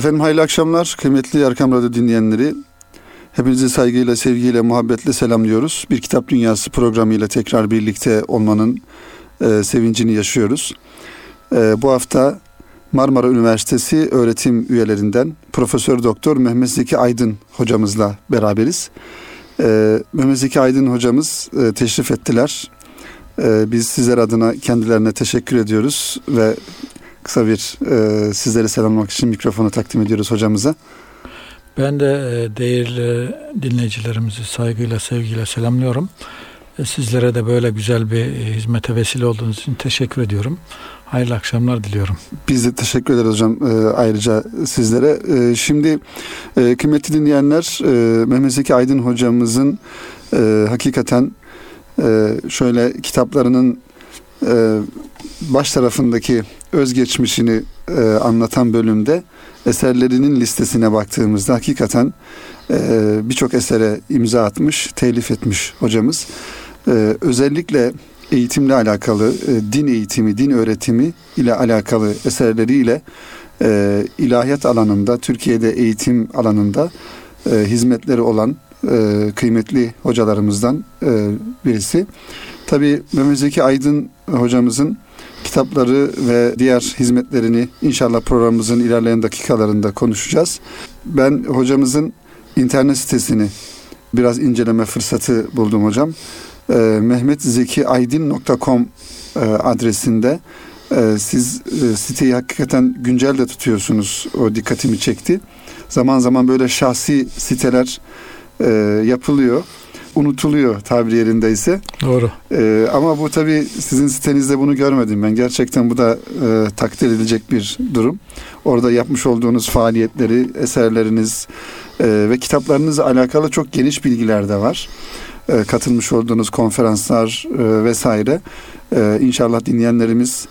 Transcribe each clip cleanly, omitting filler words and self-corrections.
Efendim hayırlı akşamlar kıymetli Erkam Radyo dinleyenleri. Hepinizi saygıyla, sevgiyle, muhabbetle selamlıyoruz. Bir Kitap Dünyası programıyla tekrar birlikte olmanın sevincini yaşıyoruz. Bu hafta Marmara Üniversitesi öğretim üyelerinden Profesör Doktor Mehmet Zeki Aydın hocamızla beraberiz. Mehmet Zeki Aydın hocamız teşrif ettiler. Biz sizler adına kendilerine teşekkür ediyoruz ve kısa bir sizleri selamlamak için mikrofonu takdim ediyoruz hocamıza. Ben de değerli dinleyicilerimizi saygıyla, sevgiyle selamlıyorum. Sizlere de böyle güzel bir hizmete vesile olduğunuz için teşekkür ediyorum. Hayırlı akşamlar diliyorum. Biz de teşekkür ederiz hocam ayrıca sizlere. Şimdi kıymetli dinleyenler, Mehmet Zeki Aydın hocamızın hakikaten şöyle kitaplarının baş tarafındaki özgeçmişini anlatan bölümde eserlerinin listesine baktığımızda hakikaten birçok esere imza atmış, telif etmiş hocamız. Özellikle eğitimle alakalı, din eğitimi, din öğretimi ile alakalı eserleriyle ilahiyat alanında, Türkiye'de eğitim alanında hizmetleri olan kıymetli hocalarımızdan birisi. Tabii Mehmet Zeki Aydın hocamızın kitapları ve diğer hizmetlerini inşallah programımızın ilerleyen dakikalarında konuşacağız. Ben hocamızın internet sitesini biraz inceleme fırsatı buldum hocam. mehmetzekiaydin.com adresinde siz siteyi hakikaten güncel de tutuyorsunuz. O dikkatimi çekti. Zaman zaman böyle şahsi siteler yapılıyor. Unutuluyor tabiri yerindeyse. Doğru. Ama bu tabii sizin sitenizde bunu görmedim ben. Gerçekten bu da takdir edilecek bir durum. Orada yapmış olduğunuz faaliyetleri, eserleriniz ve kitaplarınızla alakalı çok geniş bilgiler de var. Katılmış olduğunuz konferanslar vesaire. İnşallah dinleyenlerimiz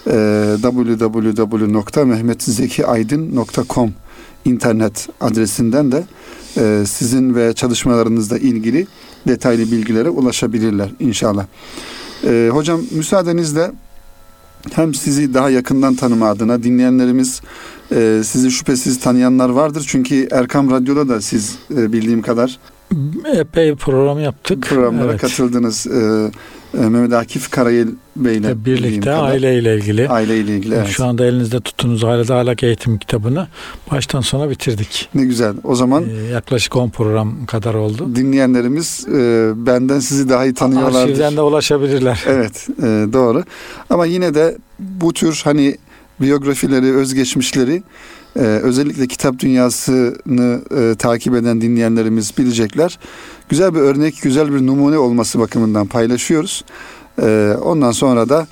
www.mehmetzekiaydin.com internet adresinden de sizin ve çalışmalarınızla ilgili detaylı bilgilere ulaşabilirler inşallah. Hocam müsaadenizle hem sizi daha yakından tanıma adına dinleyenlerimiz sizi şüphesiz tanıyanlar vardır. Çünkü Erkam Radyo'da da siz bildiğim kadar epey program yaptık. Programlara katıldınız. Mehmet Akif Karayel Bey'le birlikte aileyle ilgili. Aileyle ilgili. Evet. Şu anda elinizde tuttuğunuz Ailede Ahlak Eğitim kitabını baştan sona bitirdik. Ne güzel. O zaman yaklaşık 10 program kadar oldu. Dinleyenlerimiz benden sizi daha iyi tanıyorlardır. Arşivden de ulaşabilirler. Evet, doğru. Ama yine de bu tür hani biyografileri, özgeçmişleri özellikle kitap dünyasını takip eden dinleyenlerimiz bilecekler. Güzel bir örnek, güzel bir numune olması bakımından paylaşıyoruz. Ondan sonra da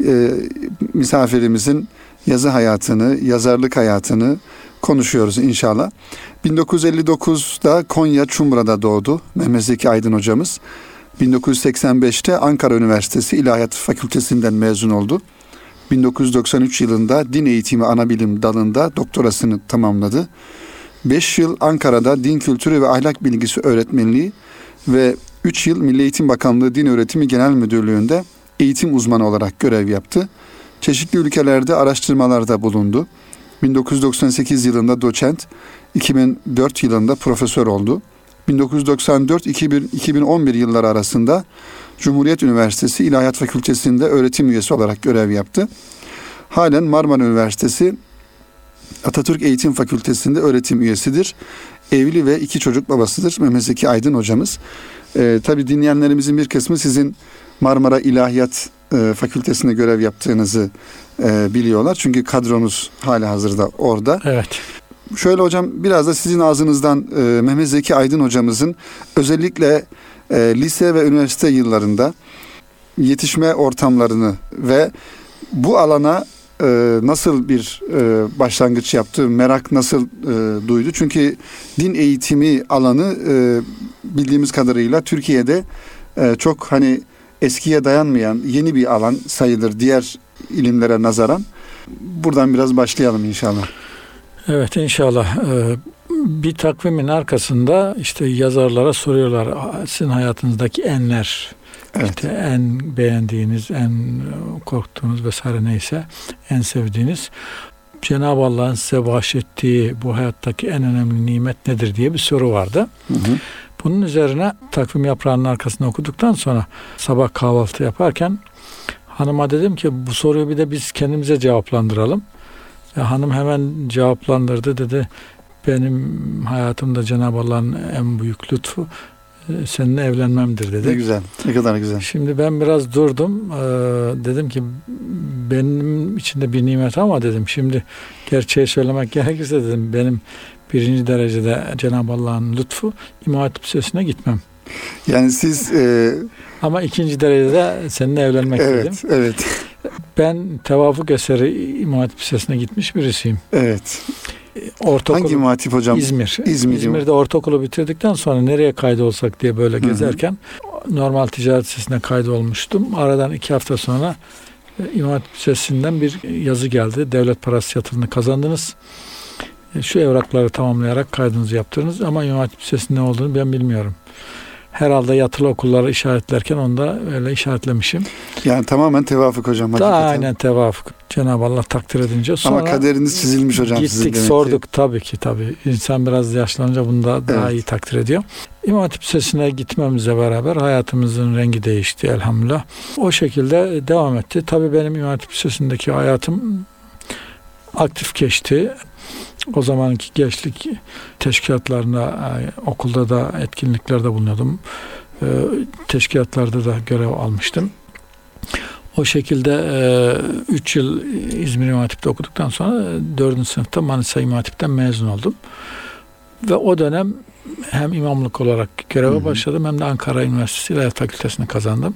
misafirimizin yazı hayatını, yazarlık hayatını konuşuyoruz inşallah. 1959'da Konya Çumra'da doğdu Mehmet Zeki Aydın hocamız. 1985'te Ankara Üniversitesi İlahiyat Fakültesinden mezun oldu. 1993 yılında din eğitimi anabilim dalında doktorasını tamamladı. 5 yıl Ankara'da din kültürü ve ahlak bilgisi öğretmenliği ve 3 yıl Milli Eğitim Bakanlığı Din Öğretimi Genel Müdürlüğü'nde eğitim uzmanı olarak görev yaptı. Çeşitli ülkelerde araştırmalarda bulundu. 1998 yılında doçent, 2004 yılında profesör oldu. 1994-2011 yılları arasında Cumhuriyet Üniversitesi İlahiyat Fakültesi'nde öğretim üyesi olarak görev yaptı. Halen Marmara Üniversitesi Atatürk Eğitim Fakültesi'nde öğretim üyesidir. Evli ve 2 çocuk babasıdır Mehmet Zeki Aydın hocamız. Tabii dinleyenlerimizin bir kısmı sizin Marmara İlahiyat Fakültesi'nde görev yaptığınızı biliyorlar. Çünkü kadronuz halihazırda orada. Evet. Şöyle hocam biraz da sizin ağzınızdan Mehmet Zeki Aydın hocamızın özellikle lise ve üniversite yıllarında yetişme ortamlarını ve bu alana nasıl bir başlangıç yaptı, merak nasıl duydu? Çünkü din eğitimi alanı bildiğimiz kadarıyla Türkiye'de çok hani eskiye dayanmayan yeni bir alan sayılır diğer ilimlere nazaran. Buradan biraz başlayalım inşallah. Evet inşallah. Bir takvimin arkasında işte yazarlara soruyorlar sizin hayatınızdaki enler. Evet. İşte en beğendiğiniz, en korktuğunuz vesaire neyse en sevdiğiniz. Cenab-ı Allah'ın size bahşettiği bu hayattaki en önemli nimet nedir diye bir soru vardı. Hı hı. Bunun üzerine takvim yaprağının arkasında okuduktan sonra sabah kahvaltı yaparken hanıma dedim ki bu soruyu bir de biz kendimize cevaplandıralım. Hanım hemen cevaplandırdı, dedi benim hayatımda Cenab-ı Allah'ın en büyük lütfu seninle evlenmemdir dedi. Ne güzel, ne kadar güzel. Şimdi ben biraz durdum. Dedim ki benim içinde bir nimet ama dedim şimdi gerçeği söylemek gerekirse dedim benim birinci derecede Cenab-ı Allah'ın lütfu İmam Hatip Lisesi'ne gitmem. Yani siz ama ikinci derecede seninle evlenmek dedim. Evet. Ben tevafuk eseri İmam Hatip Lisesi'ne gitmiş birisiyim. Evet. Ortaokul, hangi İmam Hatip hocam? İzmir. İzmir. İzmir'de ortaokulu bitirdikten sonra nereye kaydolsak diye böyle gezerken normal ticaret lisesine kaydolmuştum. Aradan 2 hafta sonra İmam Hatip Lisesi'nden bir yazı geldi. Devlet parası yatırımını kazandınız. Şu evrakları tamamlayarak kaydınızı yaptınız ama İmam Hatip Lisesi'nin ne olduğunu ben bilmiyorum. Herhalde yatılı okulları işaretlerken onu da öyle işaretlemişim. Yani tamamen tevafuk hocam. Da aynen tevafuk. Cenab-ı Allah takdir edince sonra ama kaderiniz çizilmiş hocam. Gittik sorduk tabii ki. İnsan biraz yaşlanınca bunu da daha iyi takdir ediyor. İmam Hatip Lisesi'ne gitmemizle beraber hayatımızın rengi değişti elhamdülillah. O şekilde devam etti. Tabii benim İmam Hatip Lisesi'ndeki hayatım aktif geçti. O zamanki gençlik teşkilatlarında, okulda da etkinliklerde bulunuyordum. Teşkilatlarda da görev almıştım. O şekilde 3 yıl İzmir İmam Hatip'te okuduktan sonra 4. sınıfta Manisa İmam Hatip'ten mezun oldum. Ve o dönem hem imamlık olarak göreve başladım hem de Ankara Üniversitesi İlahiyat Fakültesini kazandım.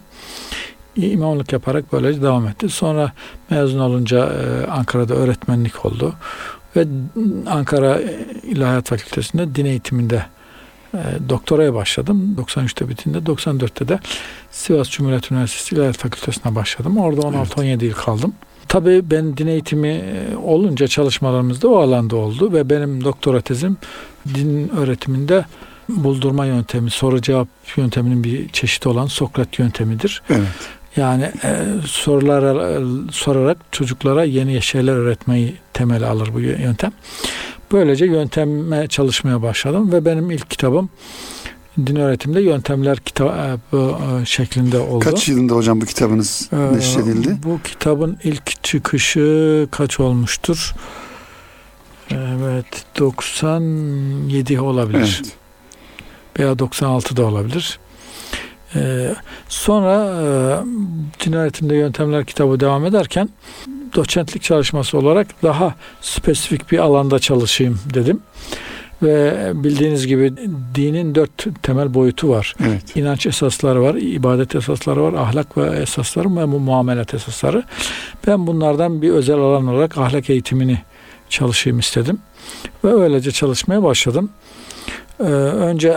İmamlık yaparak böylece devam etti. Sonra mezun olunca Ankara'da öğretmenlik oldu. Ve Ankara İlahiyat Fakültesi'nde din eğitiminde doktoraya başladım. 93'te bittiğinde 94'te de Sivas Cumhuriyet Üniversitesi İlahiyat Fakültesi'ne başladım. Orada 16-17 yıl kaldım. Tabii ben din eğitimi olunca çalışmalarımız da o alanda oldu ve benim doktora tezim din öğretiminde buldurma yöntemi, soru cevap yönteminin bir çeşidi olan Sokrat yöntemidir. Evet. Yani sorular sorarak çocuklara yeni şeyler öğretmeyi temeli alır bu yöntem. Böylece yönteme çalışmaya başladım ve benim ilk kitabım din öğretimde yöntemler kitabı şeklinde oldu. Kaç yılında hocam bu kitabınız neşredildi? Bu kitabın ilk çıkışı kaç olmuştur? Evet, 97 olabilir. Evet. Veya 96 da olabilir. Sonra din öğretimde yöntemler kitabı devam ederken doçentlik çalışması olarak daha spesifik bir alanda çalışayım dedim. Ve bildiğiniz gibi dinin 4 temel boyutu var. Evet. İnanç esasları var, ibadet esasları var, ahlak ve esasları ve muamelat esasları. Ben bunlardan bir özel alan olarak ahlak eğitimini çalışayım istedim. Ve öylece çalışmaya başladım. Önce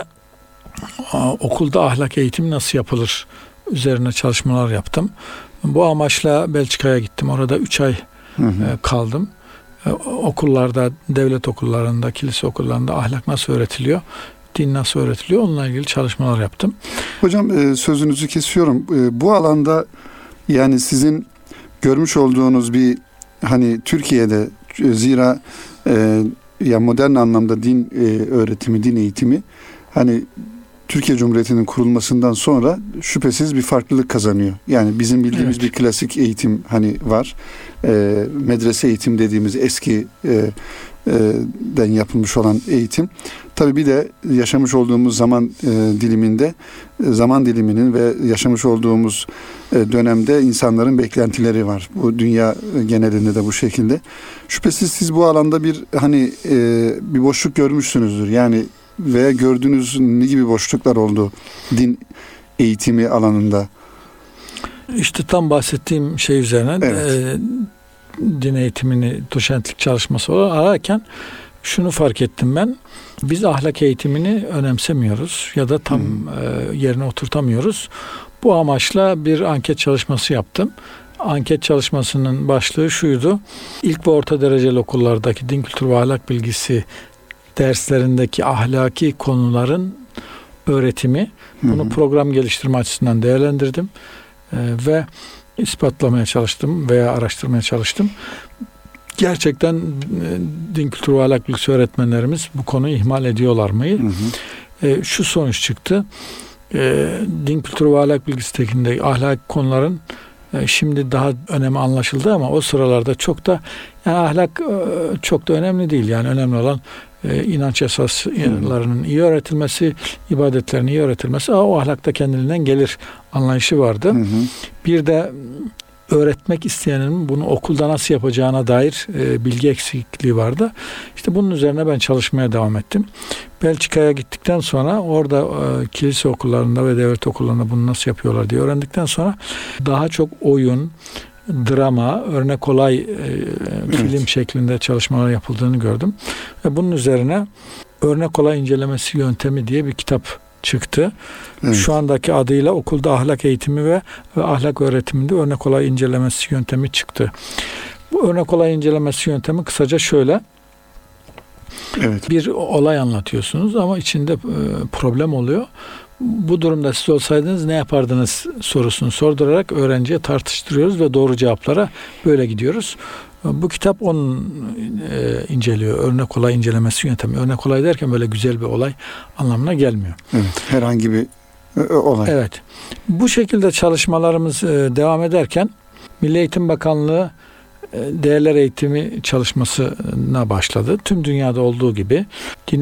okulda ahlak eğitimi nasıl yapılır üzerine çalışmalar yaptım. Bu amaçla Belçika'ya gittim. Orada 3 ay kaldım. Okullarda, devlet okullarında, kilise okullarında ahlak nasıl öğretiliyor, din nasıl öğretiliyor onunla ilgili çalışmalar yaptım. Hocam sözünüzü kesiyorum. Bu alanda yani sizin görmüş olduğunuz bir hani Türkiye'de zira ya modern anlamda din öğretimi, din eğitimi hani Türkiye Cumhuriyeti'nin kurulmasından sonra şüphesiz bir farklılık kazanıyor. Yani bizim bildiğimiz bir klasik eğitim hani var. Medrese eğitim dediğimiz eski den yapılmış olan eğitim. Tabii bir de yaşamış olduğumuz zaman diliminin ve yaşamış olduğumuz dönemde insanların beklentileri var. Bu dünya genelinde de bu şekilde. Şüphesiz siz bu alanda bir hani bir boşluk görmüşsünüzdür. Yani veya gördüğünüz ne gibi boşluklar oldu din eğitimi alanında? İşte tam bahsettiğim şey üzerine din eğitimini doçentlik çalışması olarak ararken şunu fark ettim ben. Biz ahlak eğitimini önemsemiyoruz ya da tam yerine oturtamıyoruz. Bu amaçla bir anket çalışması yaptım. Anket çalışmasının başlığı şuydu. İlk ve orta dereceli okullardaki din kültürü ve ahlak bilgisi derslerindeki ahlaki konuların öğretimi. Bunu program geliştirme açısından değerlendirdim ve ispatlamaya çalıştım veya araştırmaya çalıştım. gerçekten din kültürü ve ahlak bilgisi öğretmenlerimiz bu konuyu ihmal ediyorlar mı? Şu sonuç çıktı. Din kültürü ve ahlak bilgisi tekinde ahlak konuların şimdi daha önemi anlaşıldı ama o sıralarda çok da yani ahlak çok da önemli değil. Yani önemli olan inanç esaslarının iyi öğretilmesi, ibadetlerin iyi öğretilmesi, o ahlakta kendiliğinden gelir anlayışı vardı. Bir de öğretmek isteyenin bunu okulda nasıl yapacağına dair bilgi eksikliği vardı. İşte bunun üzerine ben çalışmaya devam ettim. Belçika'ya gittikten sonra orada kilise okullarında ve devlet okullarında bunu nasıl yapıyorlar diye öğrendikten sonra daha çok oyun, drama, örnek olay film şeklinde çalışmalar yapıldığını gördüm. Ve bunun üzerine örnek olay incelemesi yöntemi diye bir kitap çıktı. Evet. Şu andaki adıyla okulda ahlak eğitimi ve ahlak öğretiminde örnek olay incelemesi yöntemi çıktı. Bu örnek olay incelemesi yöntemi kısaca şöyle. Evet. Bir olay anlatıyorsunuz ama içinde problem oluyor. Bu durumda siz olsaydınız ne yapardınız sorusunu sordurarak öğrenciye tartıştırıyoruz ve doğru cevaplara böyle gidiyoruz. Bu kitap onun inceliyor. Örnek olay incelemesi yöntemi. Örnek olay derken böyle güzel bir olay anlamına gelmiyor. Evet, herhangi bir olay. Evet. Bu şekilde çalışmalarımız devam ederken Milli Eğitim Bakanlığı değerler eğitimi çalışmasına başladı. Tüm dünyada olduğu gibi din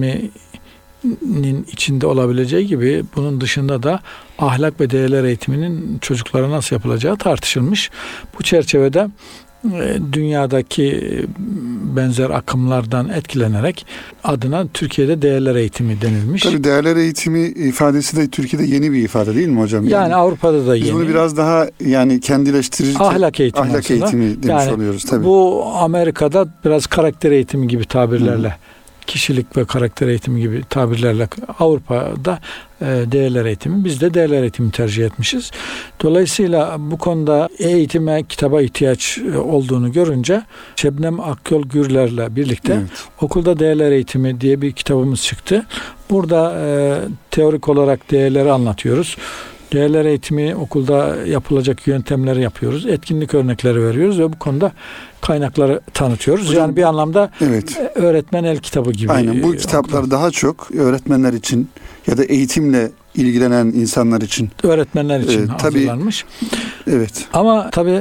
eğitiminin içinde olabileceği gibi bunun dışında da ahlak ve değerler eğitiminin çocuklara nasıl yapılacağı tartışılmış. Bu çerçevede dünyadaki benzer akımlardan etkilenerek adına Türkiye'de değerler eğitimi denilmiş. Tabii değerler eğitimi ifadesi de Türkiye'de yeni bir ifade değil mi hocam? Yani Avrupa'da da yeni. Biz bunu biraz daha yani kendileştirici ahlak eğitimi demiş yani oluyoruz tabii. Bu Amerika'da biraz karakter eğitimi gibi tabirlerle, kişilik ve karakter eğitimi gibi tabirlerle, Avrupa'da değerler eğitimi, biz de değerler eğitimi tercih etmişiz. Dolayısıyla bu konuda eğitime, kitaba ihtiyaç olduğunu görünce Şebnem Akyol Gürler'le birlikte Okulda Değerler Eğitimi diye bir kitabımız çıktı. Burada teorik olarak değerleri anlatıyoruz. Değerler eğitimi okulda yapılacak yöntemleri yapıyoruz. Etkinlik örnekleri veriyoruz ve bu konuda kaynakları tanıtıyoruz. Hocam, yani bir anlamda öğretmen el kitabı gibi. Aynen, bu kitaplar daha çok öğretmenler için ya da eğitimle ilgilenen insanlar için. Öğretmenler için hazırlanmış. Evet. Ama tabii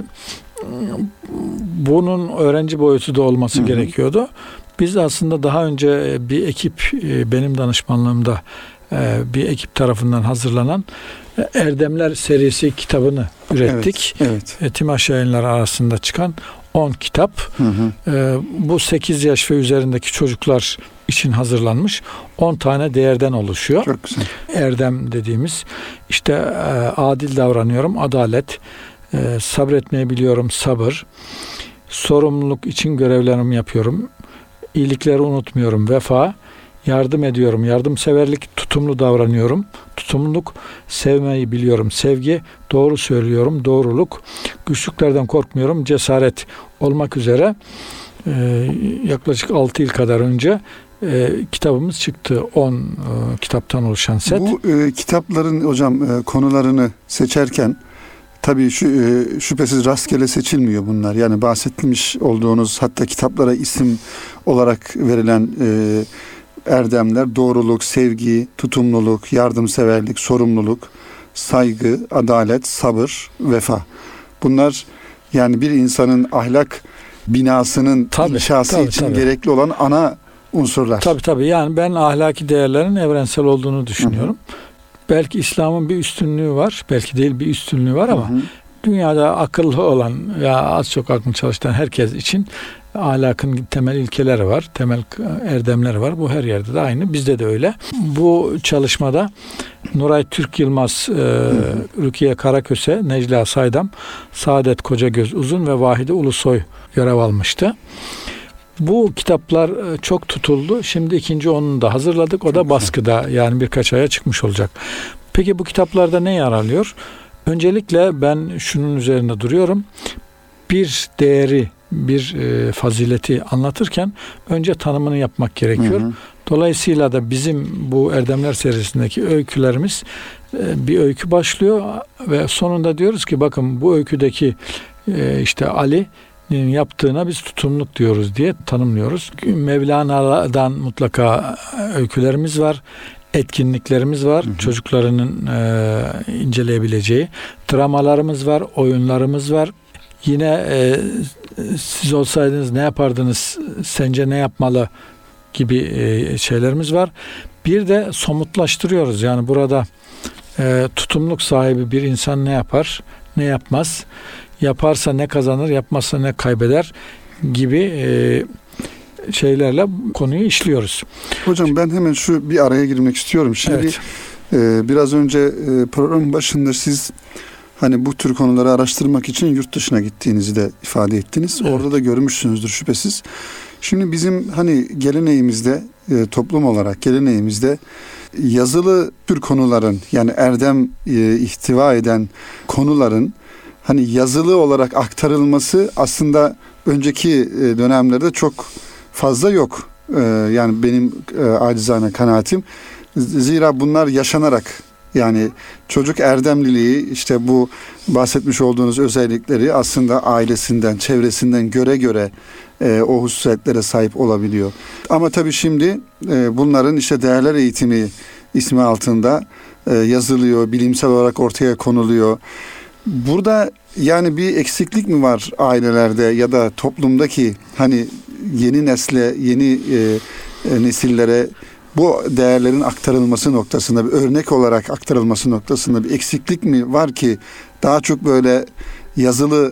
bunun öğrenci boyutu da olması gerekiyordu. Biz aslında daha önce bir ekip, benim danışmanlığımda bir ekip tarafından hazırlanan Erdemler serisi kitabını ürettik. Timaş Yayınları arasında çıkan 10 kitap. Bu 8 yaş ve üzerindeki çocuklar için hazırlanmış 10 tane değerden oluşuyor. Çok güzel. Erdem dediğimiz işte adil davranıyorum, adalet, sabretmeyi biliyorum, sabır, sorumluluk için görevlerimi yapıyorum, iyilikleri unutmuyorum, vefa, yardım ediyorum, yardımseverlik, tutumlu davranıyorum, tutumluluk, sevmeyi biliyorum, sevgi, doğru söylüyorum, doğruluk, güçlüklerden korkmuyorum, cesaret olmak üzere yaklaşık 6 yıl kadar önce kitabımız çıktı. 10 kitaptan oluşan set. Bu kitapların hocam konularını seçerken tabii şüphesiz rastgele seçilmiyor bunlar. Yani bahsetmiş olduğunuz, hatta kitaplara isim olarak verilen erdemler, doğruluk, sevgi, tutumluluk, yardımseverlik, sorumluluk, saygı, adalet, sabır, vefa. Bunlar yani bir insanın ahlak binasının inşası için gerekli olan ana unsurlar. Tabii. Yani ben ahlaki değerlerin evrensel olduğunu düşünüyorum. Belki İslam'ın bir üstünlüğü var. Belki değil, bir üstünlüğü var ama dünyada akıllı olan ya az çok aklını çalıştıran herkes için ahlakın temel ilkeleri var. Temel erdemleri var. Bu her yerde de aynı. Bizde de öyle. Bu çalışmada Nuray Türk Yılmaz, Rukiye Karaköse, Necla Saydam, Saadet Kocagöz Uzun ve Vahide Ulusoy görev almıştı. Bu kitaplar çok tutuldu. Şimdi ikinci onunu da hazırladık. O da baskıda, yani birkaç aya çıkmış olacak. Peki bu kitaplarda ne yer alıyor? Öncelikle ben şunun üzerinde duruyorum. Bir değeri, bir fazileti anlatırken önce tanımını yapmak gerekiyor. Dolayısıyla da bizim bu Erdemler serisindeki öykülerimiz bir öykü başlıyor ve sonunda diyoruz ki bakın bu öyküdeki işte Ali yaptığına biz tutumluluk diyoruz diye tanımlıyoruz. Mevlana'dan mutlaka öykülerimiz var. Etkinliklerimiz var. Çocuklarının inceleyebileceği. Dramalarımız var. Oyunlarımız var. Yine siz olsaydınız ne yapardınız? Sence ne yapmalı? Gibi şeylerimiz var. Bir de somutlaştırıyoruz. Yani burada tutumluluk sahibi bir insan ne yapar? Ne yapmaz? Yaparsa ne kazanır? Yapmazsa ne kaybeder? Gibi şeylerle konuyu işliyoruz. Hocam ben hemen şu bir araya girmek istiyorum. Şimdi Evet. Biraz önce programın başında siz hani bu tür konuları araştırmak için yurt dışına gittiğinizi de ifade ettiniz. Evet. Orada da görmüşsünüzdür şüphesiz. Şimdi bizim hani geleneğimizde, toplum olarak geleneğimizde yazılı tür konuların, yani erdem ihtiva eden konuların hani yazılı olarak aktarılması aslında önceki dönemlerde çok fazla yok. Yani benim acizane kanaatim. Zira bunlar yaşanarak, yani çocuk erdemliliği, işte bu bahsetmiş olduğunuz özellikleri aslında ailesinden, çevresinden göre o hususiyetlere sahip olabiliyor. Ama tabii şimdi bunların işte değerler eğitimi ismi altında yazılıyor, bilimsel olarak ortaya konuluyor. Burada yani bir eksiklik mi var ailelerde ya da toplumdaki, hani yeni nesle, yeni nesillere bu değerlerin aktarılması noktasında, bir örnek olarak aktarılması noktasında bir eksiklik mi var ki daha çok böyle yazılı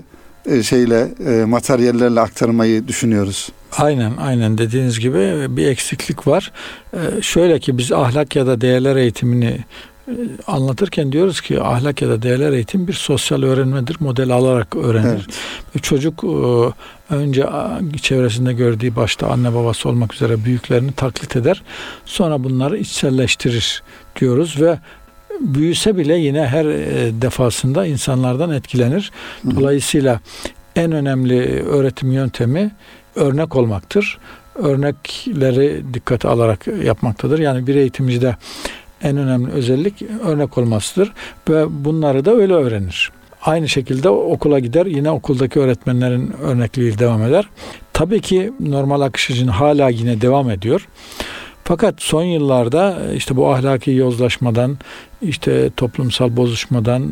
materyallerle aktarmayı düşünüyoruz? Aynen dediğiniz gibi bir eksiklik var. Şöyle ki biz ahlak ya da değerler eğitimini anlatırken diyoruz ki ahlak ya da değerler eğitim bir sosyal öğrenmedir. Model alarak öğrenir. Evet. Çocuk önce çevresinde gördüğü, başta anne babası olmak üzere büyüklerini taklit eder. Sonra bunları içselleştirir diyoruz ve büyüse bile yine her defasında insanlardan etkilenir. Dolayısıyla en önemli öğretim yöntemi örnek olmaktır. Örnekleri dikkate alarak yapmaktadır. Yani bir eğitimcide en önemli özellik örnek olmasıdır ve bunları da öyle öğrenir. Aynı şekilde okula gider, yine okuldaki öğretmenlerin örnekliği devam eder. Tabii ki normal akışın hala yine devam ediyor. Fakat son yıllarda işte bu ahlaki yozlaşmadan, işte toplumsal bozuşmadan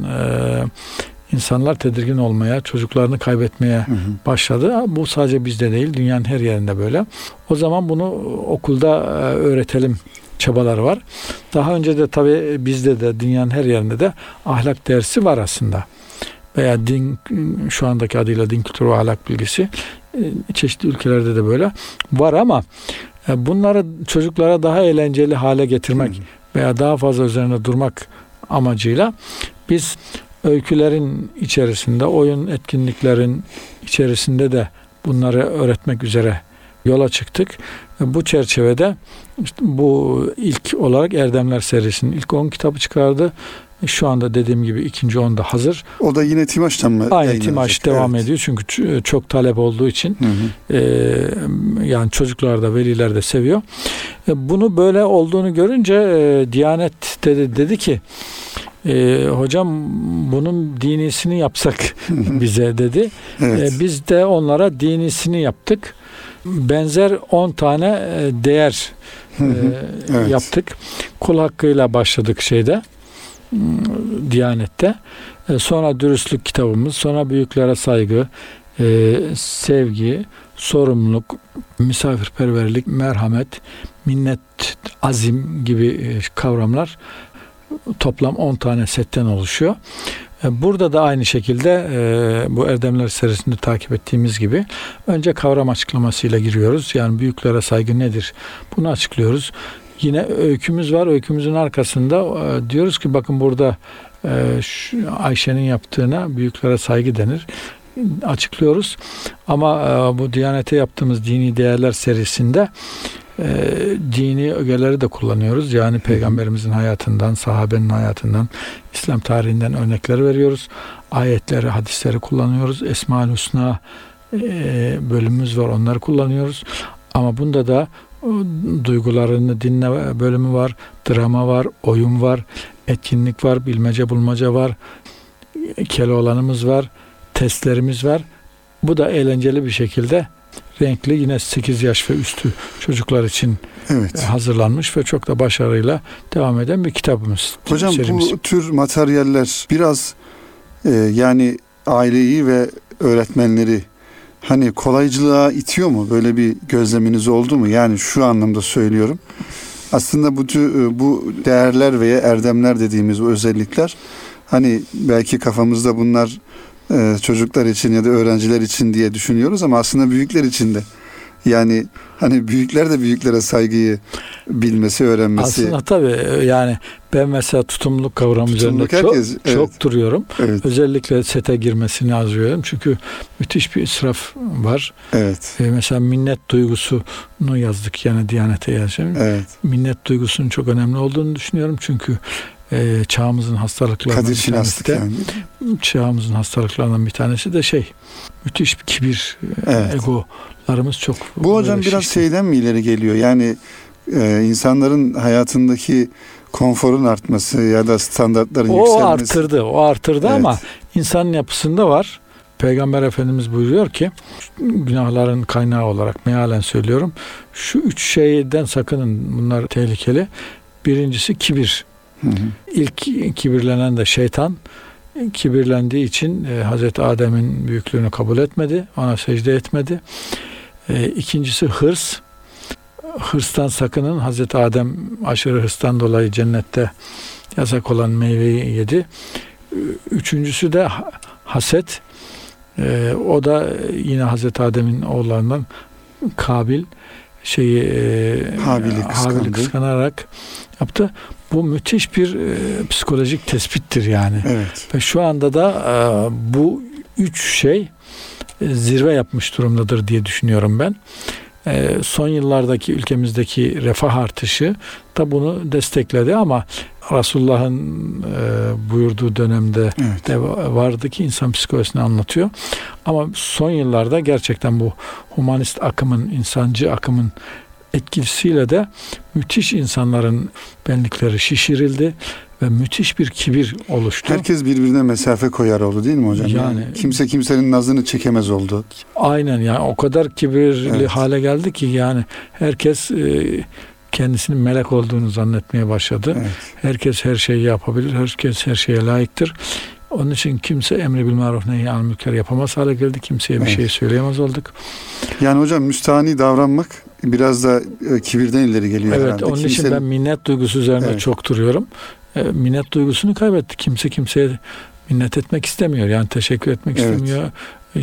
insanlar tedirgin olmaya, çocuklarını kaybetmeye başladı. Bu sadece bizde değil, dünyanın her yerinde böyle. O zaman bunu okulda öğretelim çabaları var. Daha önce de tabii bizde de dünyanın her yerinde de ahlak dersi var aslında. Veya din, şu andaki adıyla din kültürü ve ahlak bilgisi, çeşitli ülkelerde de böyle var ama bunları çocuklara daha eğlenceli hale getirmek veya daha fazla üzerine durmak amacıyla biz öykülerin içerisinde, oyun etkinliklerin içerisinde de bunları öğretmek üzere yola çıktık. Bu çerçevede işte bu ilk olarak Erdemler serisinin ilk 10 kitabı çıkardı. Şu anda dediğim gibi ikinci 10 da hazır. O da yine Timaş'tan mı? Aynı Timaş devam ediyor çünkü çok talep olduğu için yani çocuklar da veliler de seviyor. Bunu böyle olduğunu görünce Diyanet dedi ki hocam bunun dinisini yapsak bize dedi. Evet. Biz de onlara dinisini yaptık. Benzer 10 tane değer evet. yaptık. Kul hakkıyla başladık Diyanet'te. Sonra dürüstlük kitabımız, sonra büyüklere saygı, sevgi, sorumluluk, misafirperverlik, merhamet, minnet, azim gibi kavramlar toplam 10 tane setten oluşuyor. Burada da aynı şekilde bu Erdemler serisinde takip ettiğimiz gibi önce kavram açıklamasıyla giriyoruz. Yani büyüklere saygı nedir? Bunu açıklıyoruz. Yine öykümüz var. Öykümüzün arkasında diyoruz ki bakın burada Ayşe'nin yaptığına büyüklere saygı denir. Açıklıyoruz. Ama bu Diyanet'e yaptığımız dini değerler serisinde dini ögeleri de kullanıyoruz. Yani Peygamberimizin hayatından, sahabenin hayatından, İslam tarihinden örnekler veriyoruz. Ayetleri, hadisleri kullanıyoruz. Esma-ül Hüsna bölümümüz var. Onları kullanıyoruz. Ama bunda da duygularını dinle bölümü var. Drama var, oyun var, etkinlik var, bilmece bulmaca var. Keloğlanımız var, testlerimiz var. Bu da eğlenceli bir şekilde renkli, yine 8 yaş ve üstü çocuklar için hazırlanmış ve çok da başarıyla devam eden bir kitabımız. Hocam serimiz. Bu tür materyaller biraz yani aileyi ve öğretmenleri hani kolaycılığa itiyor mu? Böyle bir gözleminiz oldu mu? Yani şu anlamda söylüyorum. Aslında bu değerler veya erdemler dediğimiz bu özellikler, hani belki kafamızda bunlar çocuklar için ya da öğrenciler için diye düşünüyoruz ama aslında büyükler için de. Yani hani büyükler de büyüklere saygıyı bilmesi, öğrenmesi. Aslında tabii yani ben mesela tutumluluk kavramı üzerinde çok duruyorum. Evet. Özellikle sete girmesini arzuyorum. Çünkü müthiş bir israf var. Evet. Mesela minnet duygusunu yazdık, yani Diyanet'e yazacağım. Evet. Minnet duygusunun çok önemli olduğunu düşünüyorum. Çünkü çağımızın hastalıklarından bir tanesi de çağımızın hastalıklarından bir tanesi de müthiş bir kibir, egolarımız çok. Bu hocam biraz şeyden mi ileri geliyor? Yani insanların hayatındaki konforun artması ya da standartların yükselmesi. O artırdı ama insanın yapısında var. Peygamber Efendimiz buyuruyor ki, günahların kaynağı olarak mealen söylüyorum, şu 3 şeyden sakının, bunlar tehlikeli. Birincisi kibir. İlk kibirlenen de şeytan. Kibirlendiği için Hazreti Adem'in büyüklüğünü kabul etmedi. Ona secde etmedi. İkincisi hırs. Hırstan sakının. Hazreti Adem aşırı hırstan dolayı cennette yasak olan meyveyi yedi. Üçüncüsü de haset. O da yine Hazreti Adem'in oğullarından Kabil Habil'i kıskanarak yaptı. Bu müthiş bir psikolojik tespittir yani. Evet. Ve şu anda da bu 3 şey zirve yapmış durumdadır diye düşünüyorum ben. Son yıllardaki ülkemizdeki refah artışı da bunu destekledi ama Resulullah'ın buyurduğu dönemde de vardı ki insan psikolojisini anlatıyor. Ama son yıllarda gerçekten bu humanist akımın, insancı akımın etkisiyle de müthiş insanların benlikleri şişirildi ve müthiş bir kibir oluştu. Herkes birbirine mesafe koyar oldu değil mi hocam? Yani kimse kimsenin nazını çekemez oldu. Aynen, yani o kadar kibirli hale geldi ki yani herkes kendisinin melek olduğunu zannetmeye başladı. Evet. Herkes her şeyi yapabilir. Herkes her şeye layıktır. Onun için kimse emri bil maruf nehy anil münker yapamaz hale geldi. Kimseye bir şey söyleyemez olduk. Yani hocam müstahni davranmak biraz da kibirden ileri geliyor herhalde. Evet, onun için ben minnet duygusu üzerine çok duruyorum. Minnet duygusunu kaybetti. Kimse kimseye minnet etmek istemiyor. Yani teşekkür etmek istemiyor.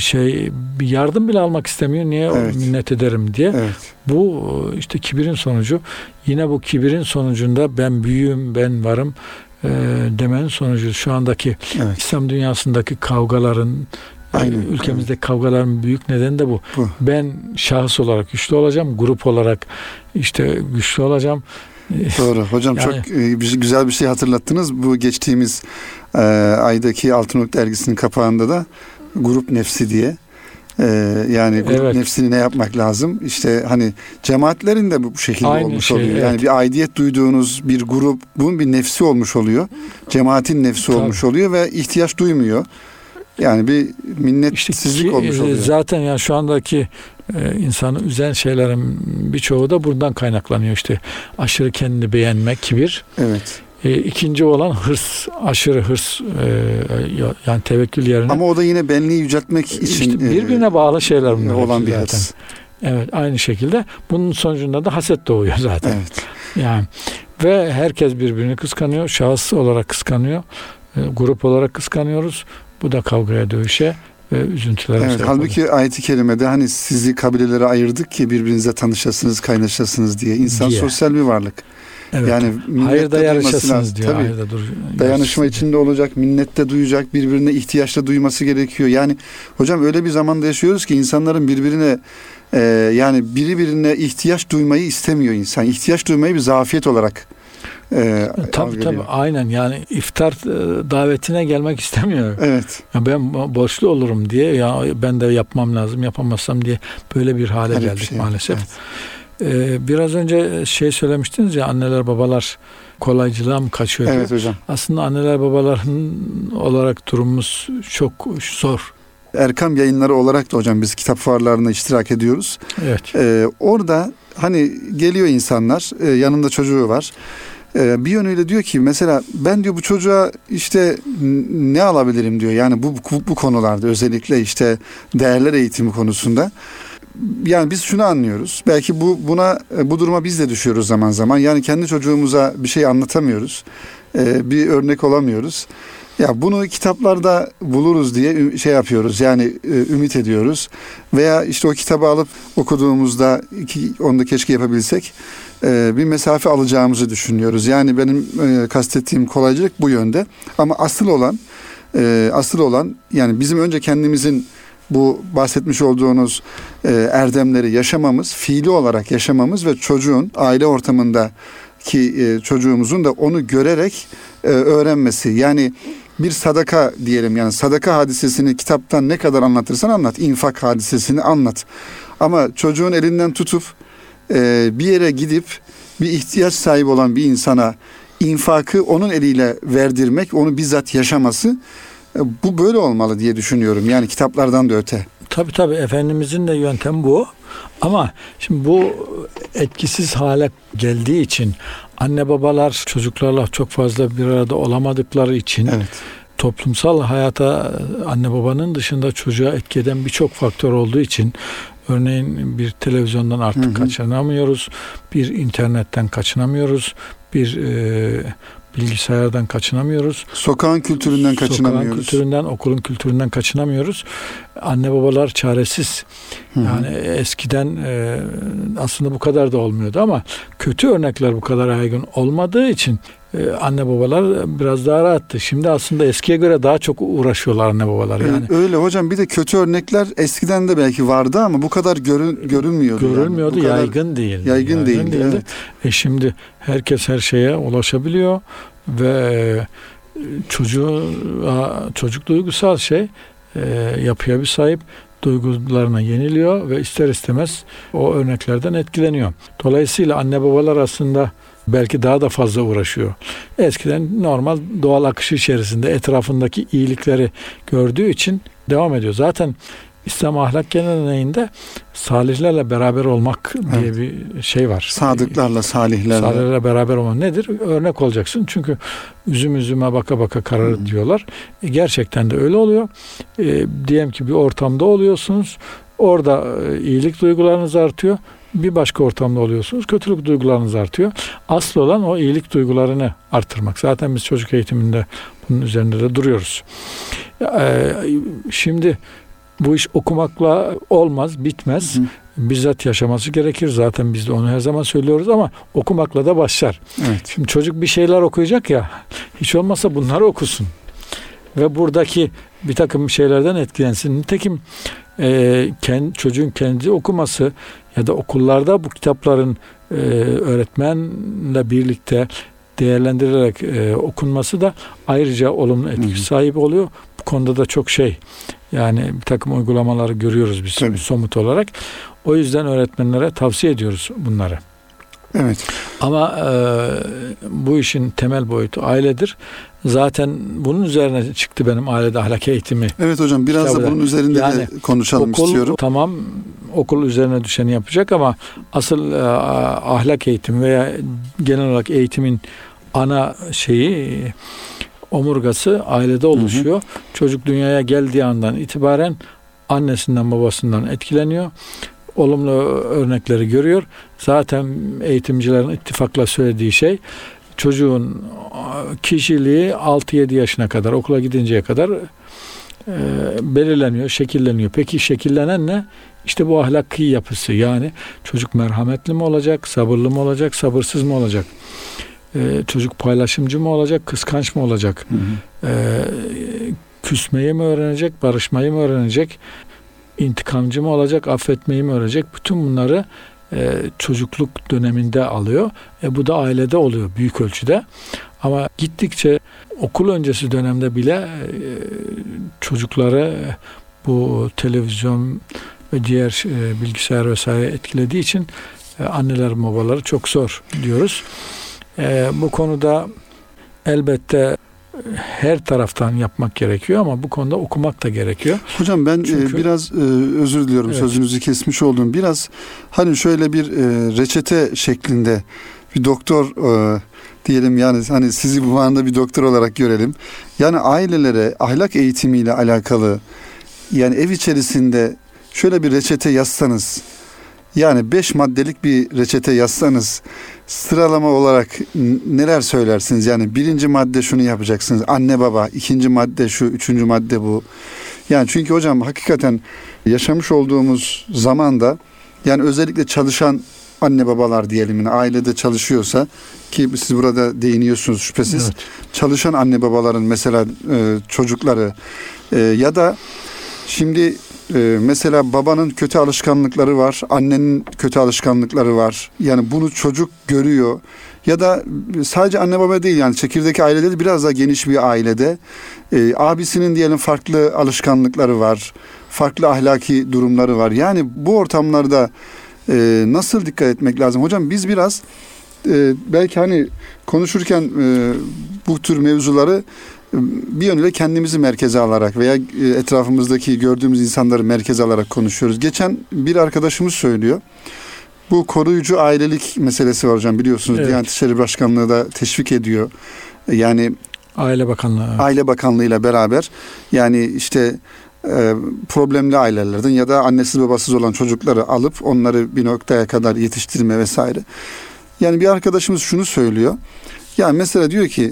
Bir yardım bile almak istemiyor. Niye minnet ederim diye. Evet. Bu işte kibirin sonucu. Yine bu kibirin sonucunda ben büyüğüm, ben varım demenin sonucu. Şu andaki İslam dünyasındaki kavgaların, ülkemizdeki kavgaların büyük nedeni de bu. Ben şahıs olarak güçlü olacağım, grup olarak işte güçlü olacağım. Doğru. Hocam çok güzel bir şey hatırlattınız. Bu geçtiğimiz aydaki Altınoluk dergisinin kapağında da grup nefsi diye. Yani grup nefsini ne yapmak lazım? İşte hani cemaatlerin de bu şekilde olmuş oluyor. Yani bir aidiyet duyduğunuz bir grubun bir nefsi olmuş oluyor. Cemaatin nefsi olmuş oluyor ve ihtiyaç duymuyor. Yani bir minnetsizlik olmuş oluyor. Zaten yani şu andaki insanı üzen şeylerin birçoğu da buradan kaynaklanıyor. İşte aşırı kendini beğenmek, kibir. Evet. İkinci olan hırs, aşırı hırs, yani tevekkül yerine. Ama o da yine benliği yüceltmek için işte birbirine bağlı şeyler bunlar olan bir zaten. hırs. Evet, aynı şekilde bunun sonucunda da haset doğuyor zaten. Evet. Yani ve herkes birbirini kıskanıyor, şahıs olarak kıskanıyor, grup olarak kıskanıyoruz. Bu da kavgaya, dövüşe ve üzüntülere sebep oluyor. Halbuki ayet-i kerimede hani sizi kabilelere ayırdık ki birbirinize tanışasınız, kaynaşasınız diye. İnsan sosyal bir varlık. Evet. Yani hayırda yarışasınız diyor. Dayanışma içinde olacak, minnette duyacak, birbirine ihtiyaçla duyması gerekiyor. Yani hocam öyle bir zamanda yaşıyoruz ki insanların birbirine yani birine ihtiyaç duymayı istemiyor insan. İhtiyaç duymayı bir zafiyet olarak tabii aynen, yani iftar davetine gelmek istemiyor. Evet. Ya ben borçlu olurum diye, ya ben de yapmam lazım, yapamazsam diye böyle bir hale geldik maalesef. Evet. Biraz önce söylemiştiniz ya, anneler babalar kolaycılığa mı kaçıyor? Evet hocam. Aslında anneler babaların olarak durumumuz çok zor. Erkam Yayınları olarak da hocam biz kitap fuarlarına iştirak ediyoruz. Evet. Orada hani geliyor insanlar, yanında çocuğu var. Bir yönüyle diyor ki mesela ben diyor bu çocuğa işte ne alabilirim diyor. Yani bu konularda özellikle işte değerler eğitimi konusunda. Yani biz şunu anlıyoruz. Belki bu duruma biz de düşüyoruz zaman zaman. Yani kendi çocuğumuza bir şey anlatamıyoruz. Bir örnek olamıyoruz. Ya bunu kitaplarda buluruz diye şey yapıyoruz. Yani ümit ediyoruz. Veya işte o kitabı alıp okuduğumuzda onu da keşke yapabilsek bir mesafe alacağımızı düşünüyoruz. Yani benim kastettiğim kolaycılık bu yönde. Ama asıl olan yani bizim önce kendimizin bu bahsetmiş olduğunuz erdemleri yaşamamız, fiili olarak yaşamamız ve çocuğun aile ortamındaki çocuğumuzun da onu görerek öğrenmesi. Yani bir sadaka diyelim, yani sadaka hadisesini kitaptan ne kadar anlatırsan anlat, infak hadisesini anlat. Ama çocuğun elinden tutup bir yere gidip bir ihtiyaç sahibi olan bir insana infakı onun eliyle verdirmek, onu bizzat yaşaması, bu böyle olmalı diye düşünüyorum. Yani kitaplardan da öte. Tabii Efendimizin de yöntemi bu. Ama şimdi bu etkisiz hale geldiği için anne babalar çocuklarla çok fazla bir arada olamadıkları için evet. Toplumsal hayata anne babanın dışında çocuğa etki eden birçok faktör olduğu için örneğin bir televizyondan artık kaçınamıyoruz, bir internetten kaçınamıyoruz, bir bilgisayardan kaçınamıyoruz. Sokağın kültüründen kaçınamıyoruz. Sokağın kültüründen, okulun kültüründen kaçınamıyoruz. Anne babalar çaresiz. Yani eskiden aslında bu kadar da olmuyordu ama kötü örnekler bu kadar yaygın olmadığı için anne babalar biraz daha rahattı. Şimdi aslında eskiye göre daha çok uğraşıyorlar anne babalar. Yani. Öyle hocam, bir de kötü örnekler eskiden de belki vardı ama bu kadar görülmüyordu. Görülmüyordu, yani. Yaygın değildi. Evet. Şimdi herkes her şeye ulaşabiliyor ve çocuk duygusal yapıya bir sahip, duygularına yeniliyor ve ister istemez o örneklerden etkileniyor. Dolayısıyla anne babalar aslında belki daha da fazla uğraşıyor. Eskiden normal doğal akışı içerisinde etrafındaki iyilikleri gördüğü için devam ediyor. Zaten İslam ahlak geleneğinde salihlerle beraber olmak diye bir şey var. Sadıklarla, salihlerle. Salihlerle beraber olmak nedir? Örnek olacaksın. Çünkü üzüme baka baka kararır diyorlar. Gerçekten de öyle oluyor. Diyelim ki bir ortamda oluyorsunuz. Orada iyilik duygularınız artıyor. Bir başka ortamda oluyorsunuz. Kötülük duygularınız artıyor. Asıl olan o iyilik duygularını artırmak. Zaten biz çocuk eğitiminde bunun üzerinde de duruyoruz. Şimdi bu iş okumakla olmaz, bitmez. Bizzat yaşaması gerekir. Zaten biz de onu her zaman söylüyoruz ama okumakla da başlar. Evet. Şimdi çocuk bir şeyler okuyacak ya, hiç olmazsa bunları okusun. Ve buradaki bir takım şeylerden etkilensin. Nitekim çocuğun kendi okuması ya da okullarda bu kitapların öğretmenle birlikte değerlendirilerek okunması da ayrıca olumlu etki sahibi oluyor. Bu konuda da çok yani bir takım uygulamaları görüyoruz biz somut olarak. O yüzden öğretmenlere tavsiye ediyoruz bunları. Evet. Ama bu işin temel boyutu ailedir. Zaten bunun üzerine çıktı benim ailede ahlak eğitimi. Evet hocam, biraz da bunun üzerinde de konuşalım istiyorum. Tamam, okul üzerine düşeni yapacak ama asıl ahlak eğitimi veya genel olarak eğitimin ana omurgası ailede oluşuyor. Çocuk dünyaya geldiği andan itibaren annesinden babasından etkileniyor. Olumlu örnekleri görüyor. Zaten eğitimcilerin ittifakla söylediği çocuğun kişiliği 6-7 yaşına kadar, okula gidinceye kadar belirleniyor, şekilleniyor. Peki şekillenen ne? İşte bu ahlaki yapısı. Yani çocuk merhametli mi olacak, sabırlı mı olacak, sabırsız mı olacak? Çocuk paylaşımcı mı olacak, kıskanç mı olacak? Küsmeyi mi öğrenecek, barışmayı mı öğrenecek? İntikamcı mı olacak, affetmeyi mi öğrenecek? Bütün bunları çocukluk döneminde alıyor. Bu da ailede oluyor büyük ölçüde. Ama gittikçe okul öncesi dönemde bile çocukları bu televizyon ve diğer bilgisayar vesaire etkilediği için anneler babaları çok zor diyoruz. Bu konuda elbette her taraftan yapmak gerekiyor ama bu konuda okumak da gerekiyor. Hocam ben Çünkü, biraz özür diliyorum, evet, sözünüzü kesmiş oldum. Biraz hani şöyle bir reçete şeklinde bir doktor diyelim, yani hani sizi bu anda bir doktor olarak görelim. Yani ailelere ahlak eğitimiyle alakalı, yani ev içerisinde şöyle bir reçete yazsanız, yani 5 maddelik bir reçete yazsanız, sıralama olarak neler söylersiniz? Yani birinci madde şunu yapacaksınız, anne baba, ikinci madde şu, üçüncü madde bu. Yani çünkü hocam hakikaten yaşamış olduğumuz zamanda, yani özellikle çalışan anne babalar diyelim, yani ailede çalışıyorsa, ki siz burada değiniyorsunuz şüphesiz. evet, Çalışan anne babaların mesela çocukları ya da şimdi mesela babanın kötü alışkanlıkları var, annenin kötü alışkanlıkları var. Yani bunu çocuk görüyor. Ya da sadece anne baba değil, yani çekirdek ailede de, biraz daha geniş bir ailede abisinin diyelim farklı alışkanlıkları var, farklı ahlaki durumları var. Yani bu ortamlarda nasıl dikkat etmek lazım? Hocam biz biraz belki hani konuşurken bu tür mevzuları bir yönüyle kendimizi merkeze alarak veya etrafımızdaki gördüğümüz insanları merkeze alarak konuşuyoruz. Geçen bir arkadaşımız söylüyor. Bu koruyucu ailelik meselesi var hocam, biliyorsunuz. Evet. Diyanet İşleri Başkanlığı da teşvik ediyor. Yani Aile Bakanlığı. Evet. Aile Bakanlığı ile beraber, yani işte problemli ailelerden ya da annesiz babasız olan çocukları alıp onları bir noktaya kadar yetiştirme vesaire. Yani bir arkadaşımız şunu söylüyor. Yani mesela diyor ki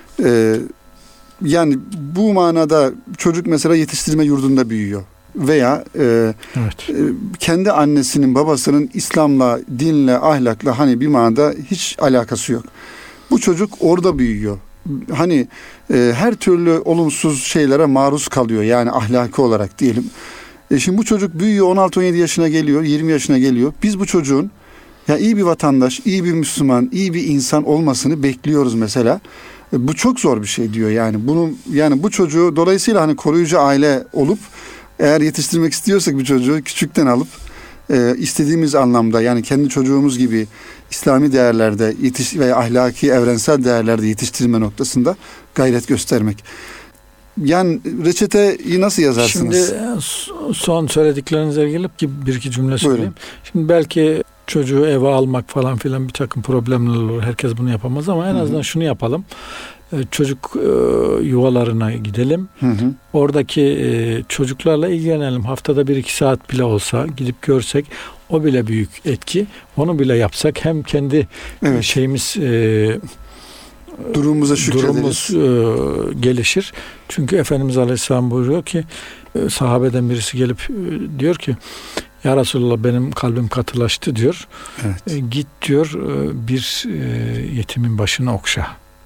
yani bu manada çocuk mesela yetiştirme yurdunda büyüyor veya Evet. kendi annesinin babasının İslam'la, dinle, ahlakla hani bir manada hiç alakası yok. Bu çocuk orada büyüyor. Hani her türlü olumsuz şeylere maruz kalıyor, yani ahlaki olarak diyelim. Şimdi bu çocuk büyüyor, 16-17 yaşına geliyor, 20 yaşına geliyor. Biz bu çocuğun ya iyi bir vatandaş, iyi bir Müslüman, iyi bir insan olmasını bekliyoruz mesela. Bu çok zor bir şey diyor yani. Yani bu çocuğu dolayısıyla hani koruyucu aile olup, eğer yetiştirmek istiyorsak bir çocuğu küçükten alıp istediğimiz anlamda, yani kendi çocuğumuz gibi İslami değerlerde veya ahlaki evrensel değerlerde yetiştirme noktasında gayret göstermek. Yani reçeteyi nasıl yazarsınız? Şimdi son söylediklerinizle ilgili bir iki cümle söyleyeyim. Buyurun. Şimdi belki çocuğu eve almak falan filan bir takım problemler olur. Herkes bunu yapamaz ama en azından şunu yapalım. Çocuk yuvalarına gidelim. Oradaki çocuklarla ilgilenelim. Haftada 1-2 saat bile olsa gidip görsek, o bile büyük etki. Onu bile yapsak hem kendi şeyimiz durumumuza şükrederiz. Durumumuz gelişir. Çünkü Efendimiz Aleyhisselam buyuruyor ki, sahabeden birisi gelip diyor ki, ya Resulallah benim kalbim katılaştı diyor. Evet. Git diyor bir yetimin başını okşa.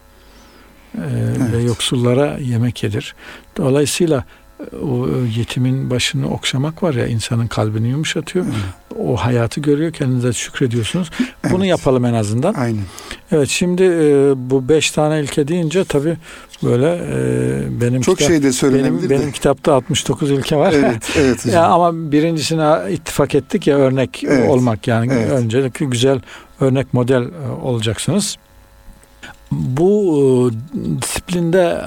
Ve yoksullara yemek yedir. Dolayısıyla o yetimin başını okşamak var ya, insanın kalbini yumuşatıyor. O hayatı görüyor, kendinize şükrediyorsunuz. Bunu yapalım en azından. Aynen. Evet, şimdi bu 5 tane ilke deyince tabii böyle benim çok şey de söylenebilir. Benim kitapta 69 ilke var. Evet. Ya ama birincisine ittifak ettik ya, örnek olmak, yani öncelikle güzel örnek model olacaksınız. Bu disiplinde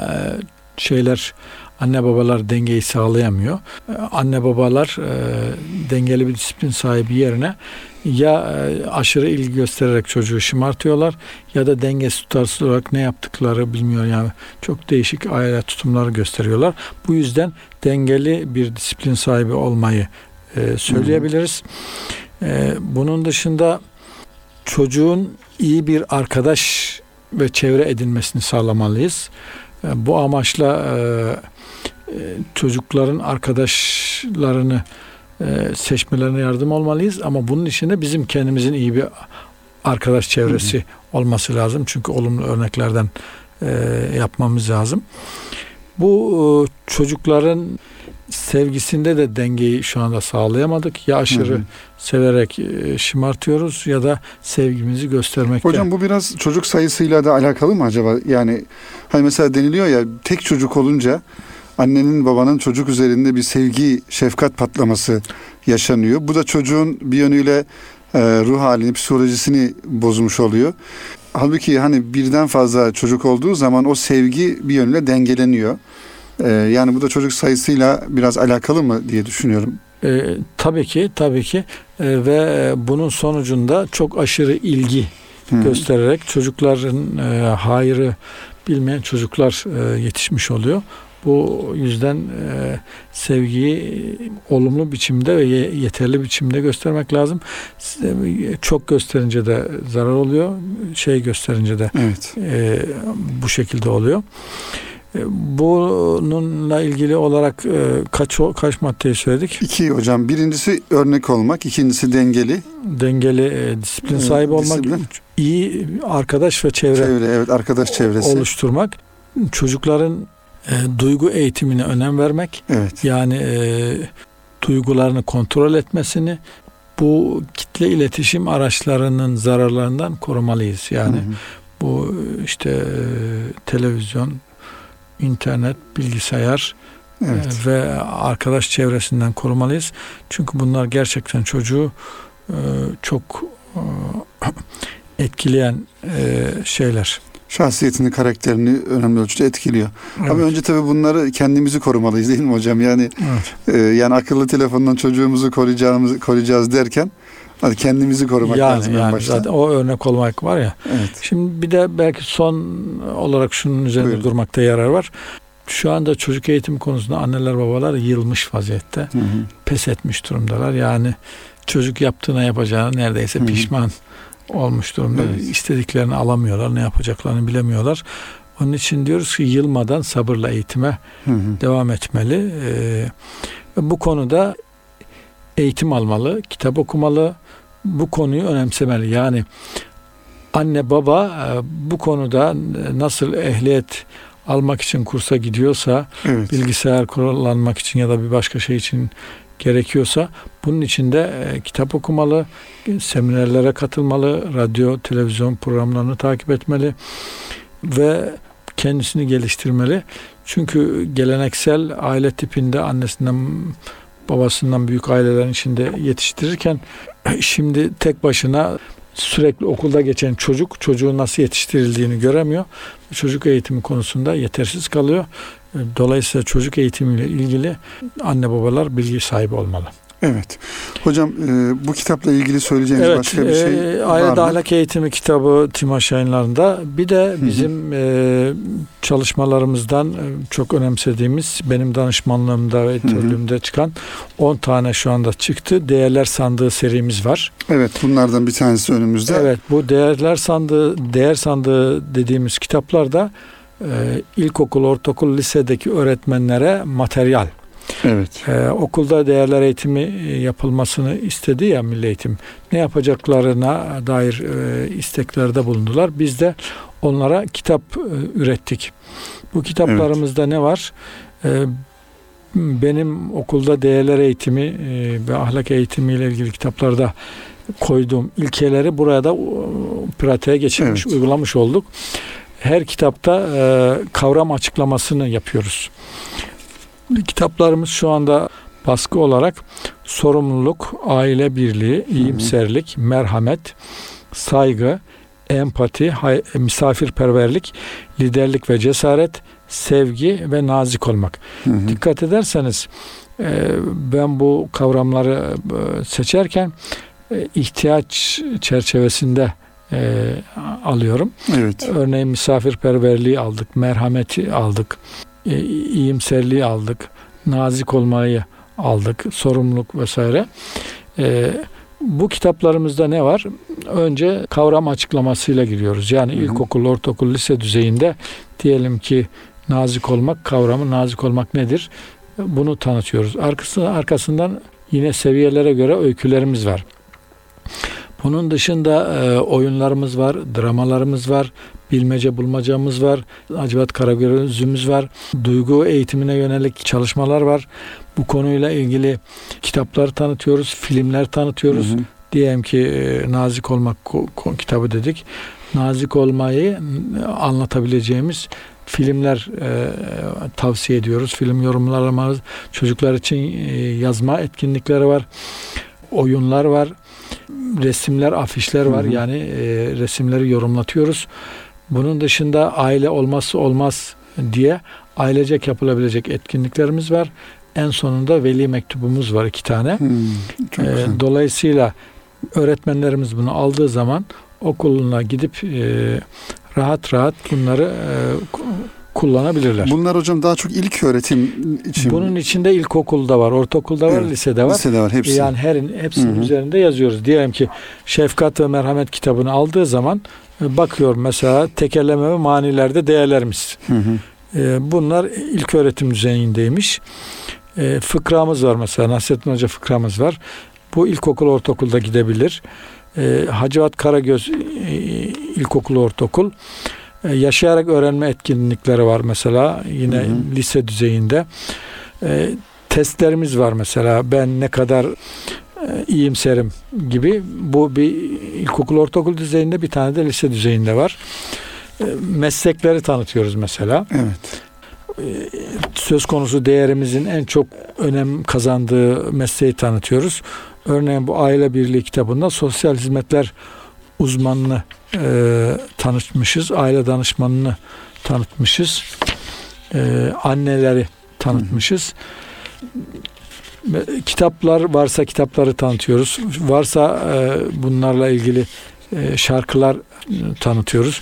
anne babalar dengeyi sağlayamıyor. Anne babalar dengeli bir disiplin sahibi yerine ya aşırı ilgi göstererek çocuğu şımartıyorlar ya da dengesiz, tutarsız olarak ne yaptıkları bilmiyor, yani çok değişik aile tutumları gösteriyorlar. Bu yüzden dengeli bir disiplin sahibi olmayı söyleyebiliriz. Bunun dışında çocuğun iyi bir arkadaş ve çevre edinmesini sağlamalıyız. Bu amaçla çocukların arkadaşlarını seçmelerine yardım olmalıyız. Ama bunun için de bizim kendimizin iyi bir arkadaş çevresi olması lazım. Çünkü olumlu örneklerden yapmamız lazım. Bu çocukların sevgisinde de dengeyi şu anda sağlayamadık. Ya aşırı severek şımartıyoruz ya da sevgimizi göstermekte. Hocam bu biraz çocuk sayısıyla da alakalı mı acaba? Yani hani mesela deniliyor ya, tek çocuk olunca annenin babanın çocuk üzerinde bir sevgi, şefkat patlaması yaşanıyor. Bu da çocuğun bir yönüyle ruh halini, psikolojisini bozmuş oluyor. Halbuki hani birden fazla çocuk olduğu zaman o sevgi bir yönüyle dengeleniyor. Yani bu da çocuk sayısıyla biraz alakalı mı diye düşünüyorum. Tabii ki. Ve bunun sonucunda çok aşırı ilgi göstererek çocukların hayrı bilmeyen çocuklar yetişmiş oluyor. Bu yüzden sevgiyi olumlu biçimde ve yeterli biçimde göstermek lazım. Çok gösterince de zarar oluyor. Gösterince de bu şekilde oluyor. Bununla ilgili olarak kaç maddeyi söyledik? 2 hocam. Birincisi örnek olmak, ikincisi dengeli. Disiplin sahibi olmak, iyi arkadaş ve çevre arkadaş çevresi oluşturmak, çocukların duygu eğitimine önem vermek, yani duygularını kontrol etmesini, bu kitle iletişim araçlarının zararlarından korumalıyız. Yani bu televizyon, internet, bilgisayar ve arkadaş çevresinden korumalıyız. Çünkü bunlar gerçekten çocuğu çok etkileyen şeyler. Şahsiyetini, karakterini önemli ölçüde etkiliyor. Ama önce tabii bunları kendimizi korumalıyız değil mi hocam? Yani yani akıllı telefondan çocuğumuzu koruyacağız derken kendimizi korumak lazım en başta. Zaten o örnek olmak var ya. Şimdi bir de belki son olarak şunun üzerinde durmakta yarar var. Şu anda çocuk eğitimi konusunda anneler babalar yılmış vaziyette. Pes etmiş durumdalar. Yani çocuk yaptığına yapacağına neredeyse pişman olmuş durumda. İstediklerini alamıyorlar. Ne yapacaklarını bilemiyorlar. Onun için diyoruz ki yılmadan sabırla eğitime devam etmeli. Bu konuda eğitim almalı, kitap okumalı, bu konuyu önemsemeli. Yani anne baba bu konuda nasıl ehliyet almak için kursa gidiyorsa, bilgisayar kullanmak için ya da bir başka şey için gerekiyorsa bunun için de kitap okumalı, seminerlere katılmalı, radyo, televizyon programlarını takip etmeli ve kendisini geliştirmeli. Çünkü geleneksel aile tipinde annesinden babasından büyük ailelerin içinde yetiştirirken şimdi tek başına sürekli okulda geçen çocuğun nasıl yetiştirildiğini göremiyor. Çocuk eğitimi konusunda yetersiz kalıyor. Dolayısıyla çocuk eğitimiyle ilgili anne babalar bilgi sahibi olmalı. Evet. Hocam bu kitapla ilgili söyleyeceğiniz başka bir şey var mı? Aile Ahlak Eğitimi kitabı Timaş Yayınları'nda. Bir de bizim çalışmalarımızdan çok önemsediğimiz, benim danışmanlığımda ve editörlüğümde çıkan 10 tane şu anda çıktı. Değerler Sandığı serimiz var. Evet, bunlardan bir tanesi önümüzde. Evet, bu Değer Sandığı dediğimiz kitaplarda ilkokul, ortaokul, lisedeki öğretmenlere materyal. Okulda değerler eğitimi yapılmasını istedi ya Milli Eğitim. Ne yapacaklarına dair isteklerde bulundular. Biz de onlara kitap ürettik. Bu kitaplarımızda ne var? Benim okulda değerler eğitimi ve ahlak eğitimi ile ilgili kitaplarda koyduğum ilkeleri buraya da pratiğe geçirmiş, uygulamış olduk. Her kitapta kavram açıklamasını yapıyoruz. Kitaplarımız şu anda baskı olarak sorumluluk, aile birliği, iyimserlik, merhamet, saygı, empati, misafirperverlik, liderlik ve cesaret, sevgi ve nazik olmak. Dikkat ederseniz ben bu kavramları seçerken ihtiyaç çerçevesinde alıyorum. Örneğin misafirperverliği aldık, merhameti aldık, iyimserliği aldık, nazik olmayı aldık, sorumluluk vesaire. Bu kitaplarımızda ne var? Önce kavram açıklamasıyla giriyoruz. Yani ilkokul, ortaokul, lise düzeyinde diyelim ki nazik olmak kavramı, nazik olmak nedir? Bunu tanıtıyoruz. Arkasından yine seviyelere göre öykülerimiz var. Bunun dışında oyunlarımız var, dramalarımız var, bilmece bulmacamız var, Hacivat Karagöz'ümüz var, duygu eğitimine yönelik çalışmalar var. Bu konuyla ilgili kitaplar tanıtıyoruz, filmler tanıtıyoruz. Diyelim ki Nazik Olmak kitabı dedik. Nazik olmayı anlatabileceğimiz filmler tavsiye ediyoruz. Film yorumlarımız, çocuklar için yazma etkinlikleri var, oyunlar var. resimler, afişler var. Yani resimleri yorumlatıyoruz. Bunun dışında aile olmazsa olmaz diye ailecek yapılabilecek etkinliklerimiz var. En sonunda veli mektubumuz var 2 tane. Çok güzel. Dolayısıyla öğretmenlerimiz bunu aldığı zaman okuluna gidip rahat rahat bunları kullanabilirler. Bunlar hocam daha çok ilk öğretim için. Bunun içinde ilkokulda var, ortaokulda var, lisede var. Lisede var hepsi. Yani hepsinin üzerinde yazıyoruz. Diyelim ki Şefkat ve Merhamet kitabını aldığı zaman bakıyor mesela tekerleme ve manilerde değerlerimiz. Bunlar ilk öğretim düzeyindeymiş. Fıkramız var mesela. Nasrettin Hoca fıkramız var. Bu ilkokul, ortaokulda gidebilir. Hacivat Karagöz İlkokul, Ortaokul. Yaşayarak öğrenme etkinlikleri var mesela. Yine lise düzeyinde. Testlerimiz var mesela. Ben ne kadar iyimserim gibi. Bu bir ilkokul, ortaokul düzeyinde, bir tane de lise düzeyinde var. Meslekleri tanıtıyoruz mesela. Evet. Söz konusu değerimizin en çok önem kazandığı mesleği tanıtıyoruz. Örneğin bu Aile Birliği kitabında sosyal hizmetler uzmanını tanıtmışız. Aile danışmanını tanıtmışız. Anneleri tanıtmışız. Kitaplar varsa kitapları tanıtıyoruz. Varsa bunlarla ilgili şarkılar tanıtıyoruz.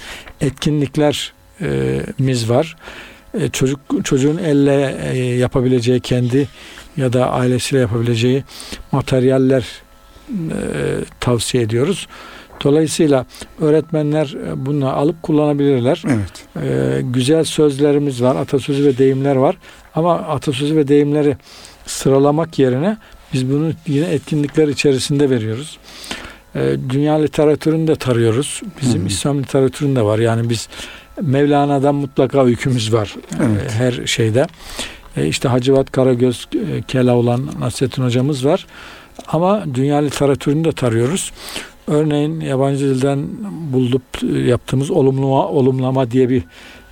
Etkinliklerimiz var. Çocuğun elle yapabileceği, kendi ya da ailesiyle yapabileceği materyaller tavsiye ediyoruz. Dolayısıyla öğretmenler bunu alıp kullanabilirler. Evet. Güzel sözlerimiz var, atasözü ve deyimler var. Ama atasözü ve deyimleri sıralamak yerine biz bunu yine etkinlikler içerisinde veriyoruz. Dünya literatürünü de tarıyoruz. Bizim İslam literatüründe var. Yani biz Mevlana'dan mutlaka öykümüz var. Evet. Her şeyde. İşte Hacivat Karagöz, Keloğlan, Nasrettin hocamız var. Ama dünya literatürünü de tarıyoruz. Örneğin yabancı dilden bulup yaptığımız olumlama diye bir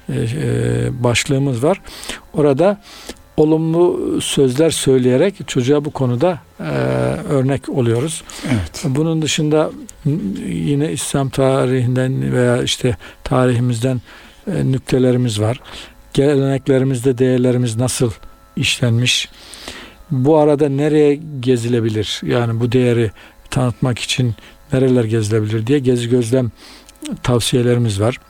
başlığımız var. Orada olumlu sözler söyleyerek çocuğa bu konuda örnek oluyoruz. Evet. Bunun dışında yine İslam tarihinden veya işte tarihimizden nüktelerimiz var. Geleneklerimizde değerlerimiz nasıl işlenmiş? Bu arada nereye gezilebilir? Yani bu değeri tanıtmak için nereler gezilebilir diye gezi gözlem tavsiyelerimiz var.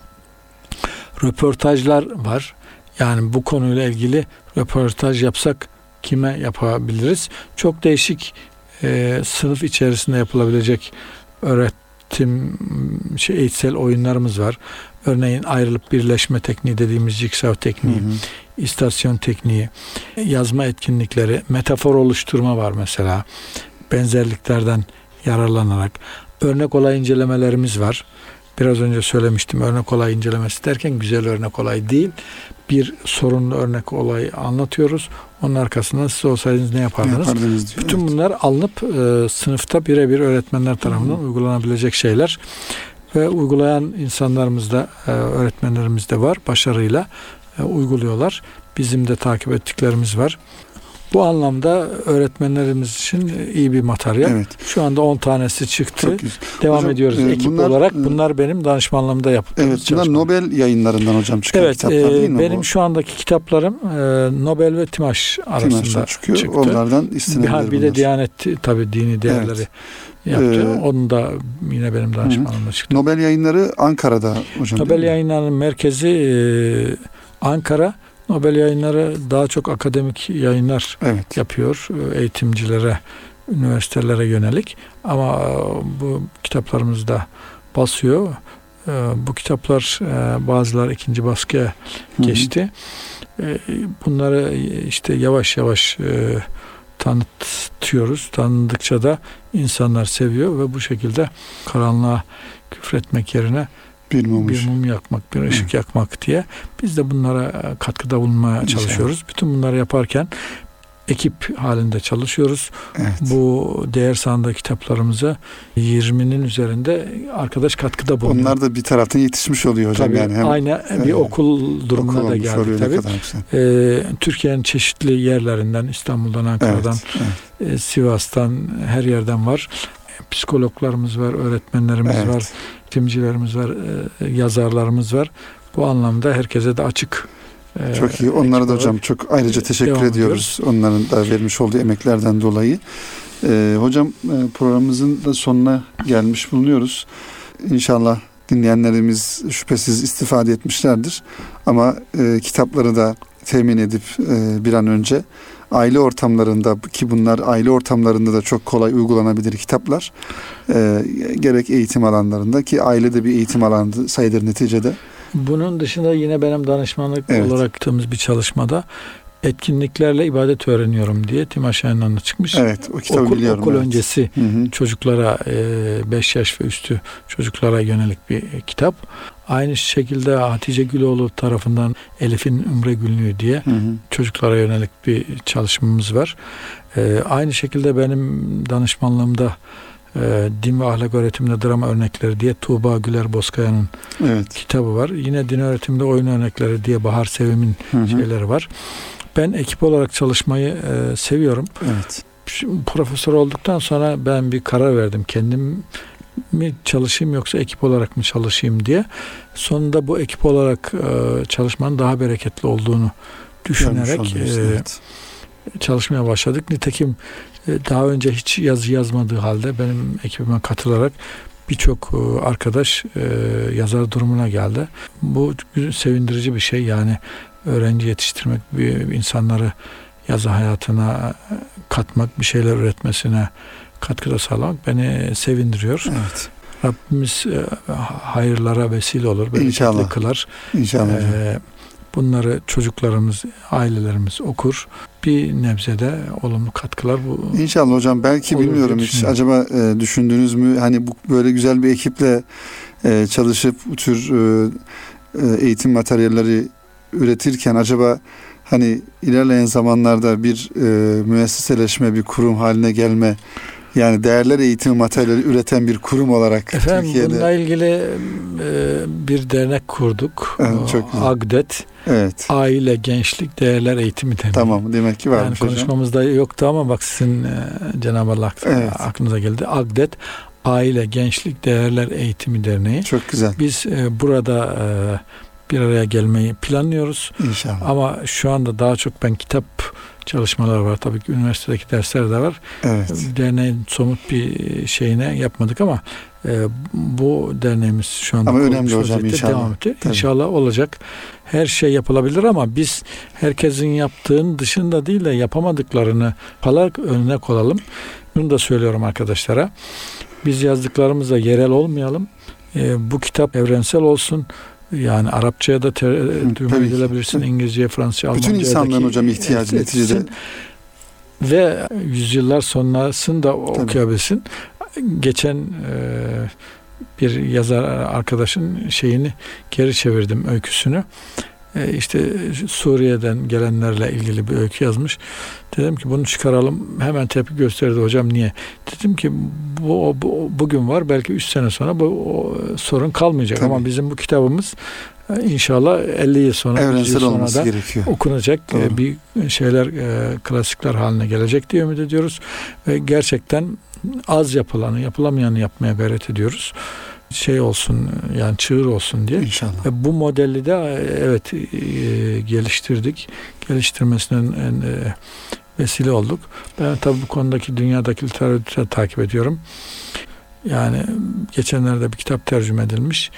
Röportajlar var. Yani bu konuyla ilgili röportaj yapsak kime yapabiliriz? Çok değişik sınıf içerisinde yapılabilecek öğretim eğitsel oyunlarımız var. Örneğin ayrılıp birleşme tekniği dediğimiz jigsaw tekniği, istasyon tekniği, yazma etkinlikleri, metafor oluşturma var mesela. Benzerliklerden yararlanarak. Örnek olay incelemelerimiz var. Biraz önce söylemiştim, örnek olay incelemesi derken güzel örnek olay değil. Bir sorunlu örnek olayı anlatıyoruz. Onun arkasından siz olsaydınız ne yapardınız? Bütün evet. Bunlar alınıp sınıfta birebir öğretmenler tarafından uygulanabilecek şeyler. Ve uygulayan insanlarımız da, öğretmenlerimiz de var. Başarıyla uyguluyorlar. Bizim de takip ettiklerimiz var. Bu anlamda öğretmenlerimiz için iyi bir materyal. Evet. Şu anda 10 tanesi çıktı. Devam hocam, ediyoruz ekip olarak. Bunlar benim danışmanlığımda yaptığım çalışmalar. Bunlar Nobel yayınlarından hocam çıkan kitaplar değil mi? Benim şu andaki kitaplarım Nobel ve Timaş arasında çıkıyor. Çıktı. Onlardan istenenler bir de Diyanet tabii dini değerleri yaptı. Onun da yine benim danışmanlığımda çıktı. Nobel yayınları Ankara'da hocam. Nobel yayınlarının merkezi Ankara. Nobel yayınları daha çok akademik yayınlar yapıyor. Eğitimcilere, üniversitelere yönelik. Ama bu kitaplarımız da basıyor. Bu kitaplar bazıları ikinci baskıya geçti. Bunları işte yavaş yavaş tanıtıyoruz. Tanındıkça da insanlar seviyor ve bu şekilde karanlığa küfretmek yerine bir mum yakmak, bir ışık yakmak diye biz de bunlara katkıda bulunmaya çalışıyoruz. Bütün bunları yaparken ekip halinde çalışıyoruz. Evet. Bu değer sandığı kitaplarımıza 20'nin üzerinde arkadaş katkıda bulunuyor. Onlar da bir taraftan yetişmiş oluyor hocam. Tabii, yani. Hem, aynı bir okul durumuna da geldik tabii. Türkiye'nin çeşitli yerlerinden, İstanbul'dan, Ankara'dan, Sivas'tan her yerden var. psikologlarımız var, öğretmenlerimiz var, eğitimcilerimiz var, yazarlarımız var. Bu anlamda herkese de açık. Çok iyi. Onlara da hocam çok ayrıca teşekkür ediyoruz. Onların da vermiş olduğu emeklerden dolayı. Hocam programımızın da sonuna gelmiş bulunuyoruz. İnşallah dinleyenlerimiz şüphesiz istifade etmişlerdir. Ama kitapları da temin edip bir an önce aile ortamlarında, ki bunlar aile ortamlarında da çok kolay uygulanabilir kitaplar. Gerek eğitim alanlarında, ki aile de bir eğitim alanı sayılır neticede. Bunun dışında yine benim danışmanlık olarak yaptığımız bir çalışmada etkinliklerle ibadet öğreniyorum diye Timaş Yayınları'na çıkmış. Evet, o kitabı biliyorum. Okul öncesi çocuklara, 5 yaş ve üstü çocuklara yönelik bir kitap. Aynı şekilde Hatice Güloğlu tarafından Elif'in Ümre Günlüğü diye çocuklara yönelik bir çalışmamız var. Aynı şekilde benim danışmanlığımda Din ve Ahlak Öğretiminde Drama Örnekleri diye Tuğba Güler Bozkaya'nın kitabı var. Yine din öğretiminde oyun örnekleri diye Bahar Sevim'in şeyleri var. Ben ekip olarak çalışmayı seviyorum. Evet. Şimdi profesör olduktan sonra ben bir karar verdim. Kendim mi çalışayım yoksa ekip olarak mı çalışayım diye. Sonunda bu ekip olarak çalışmanın daha bereketli olduğunu düşünerek çalışmaya başladık. Nitekim daha önce hiç yazı yazmadığı halde benim ekibime katılarak birçok arkadaş yazar durumuna geldi. Bu sevindirici bir şey. Yani öğrenci yetiştirmek, insanları yazı hayatına katmak, bir şeyler üretmesine katkıda sağlamak beni sevindiriyor. Evet. Rabbimiz hayırlara vesile olur, bereketli kılar. İnşallah. Bunları çocuklarımız, ailelerimiz okur. Bir nebzede olumlu katkılar bu. İnşallah hocam. Belki bilmiyorum hiç acaba düşündünüz mü? Hani bu böyle güzel bir ekiple çalışıp bu tür eğitim materyalleri üretirken acaba hani ilerleyen zamanlarda bir müesseseleşme, bir kurum haline gelme, yani değerler eğitimi materyali üreten bir kurum olarak Türkiye'de. Bununla ilgili bir dernek kurduk. Evet, AGDET. Evet. Aile Gençlik Değerler Eğitimi Derneği. Tamam, demek ki varmış hocam. Konuşmamızda yoktu ama bak sizin Cenab-ı Allah aklınıza geldi. AGDET Aile Gençlik Değerler Eğitimi Derneği. Çok güzel. Biz burada bir araya gelmeyi planlıyoruz. İnşallah. Ama şu anda daha çok ben kitap çalışmaları var. Tabii ki üniversitedeki dersler de var. Evet. Derneğin somut bir şeyine yapmadık ama bu derneğimiz şu anda ama önemli hocam inşallah. Devam etti. İnşallah olacak. Her şey yapılabilir ama biz herkesin yaptığının dışında değil de yapamadıklarını önüne koyalım. Bunu da söylüyorum arkadaşlara. Biz yazdıklarımızda yerel olmayalım. Bu kitap evrensel olsun. Yani Arapçaya da tercüme edilebilirsin, İngilizceye, Fransızca, Almanca'ya. Bütün insanların hocam ihtiyacı neticede. Ve yüzyıllar sonrasını okuyabilsin. Geçen bir yazar arkadaşın şeyini geri çevirdim, öyküsünü. İşte Suriye'den gelenlerle ilgili bir öykü yazmış. Dedim ki bunu çıkaralım. Hemen tepki gösterdi, hocam niye? Dedim ki bugün var, belki 3 sene sonra bu sorun kalmayacak. Tabii. Ama bizim bu kitabımız inşallah 50 yıl sonra, evrensel olması da gerekiyor. Okunacak. Bir şeyler klasikler haline gelecek diye ümit ediyoruz. Ve gerçekten az yapılamayanı yapmaya gayret ediyoruz. Olsun, yani çığır olsun diye. İnşallah. Bu modeli de geliştirdik. Geliştirmesinin vesile olduk. Ben tabii bu konudaki dünyadaki literatürü takip ediyorum. Yani geçenlerde bir kitap tercüme edilmiş.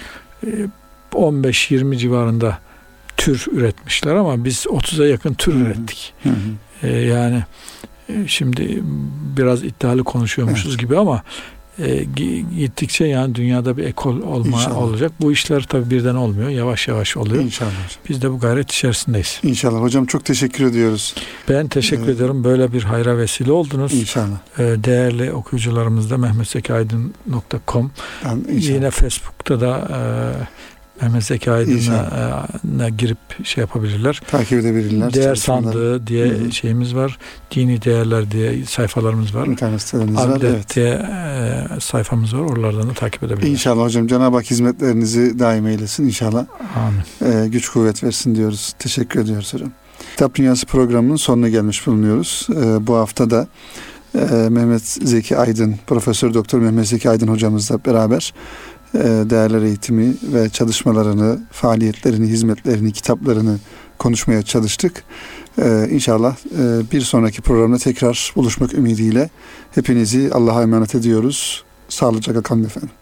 15-20 civarında tür üretmişler ama biz 30'a yakın tür ürettik. Yani şimdi biraz iddialı konuşuyormuşuz gibi ama gittikçe yani dünyada bir ekol olacak. Bu işler tabii birden olmuyor. Yavaş yavaş oluyor. İnşallah. Biz de bu gayret içerisindeyiz. İnşallah. Hocam çok teşekkür ediyoruz. Ben teşekkür ediyorum. Böyle bir hayra vesile oldunuz. İnşallah. Değerli okuyucularımız da mehmetzekiaydın.com, yine Facebook'ta da Mehmet Zeki Aydın'a girip yapabilirler. Takip edebilirler. Değer sandığı diye şeyimiz var. Dini değerler diye sayfalarımız var. İnternet sitemiz var. Evet. Diye sayfamız var. Oralardan da takip edebilirler. İnşallah hocam. Cenab-ı Hak hizmetlerinizi daim eylesin. İnşallah. Amin. Güç kuvvet versin diyoruz. Teşekkür ediyoruz hocam. Kitap Dünyası programının sonuna gelmiş bulunuyoruz. Bu hafta da Mehmet Zeki Aydın, Profesör Doktor Mehmet Zeki Aydın hocamızla beraber değerler eğitimi ve çalışmalarını, faaliyetlerini, hizmetlerini, kitaplarını konuşmaya çalıştık. İnşallah bir sonraki programda tekrar buluşmak ümidiyle hepinizi Allah'a emanet ediyoruz. Sağlıcakla kalın efendim.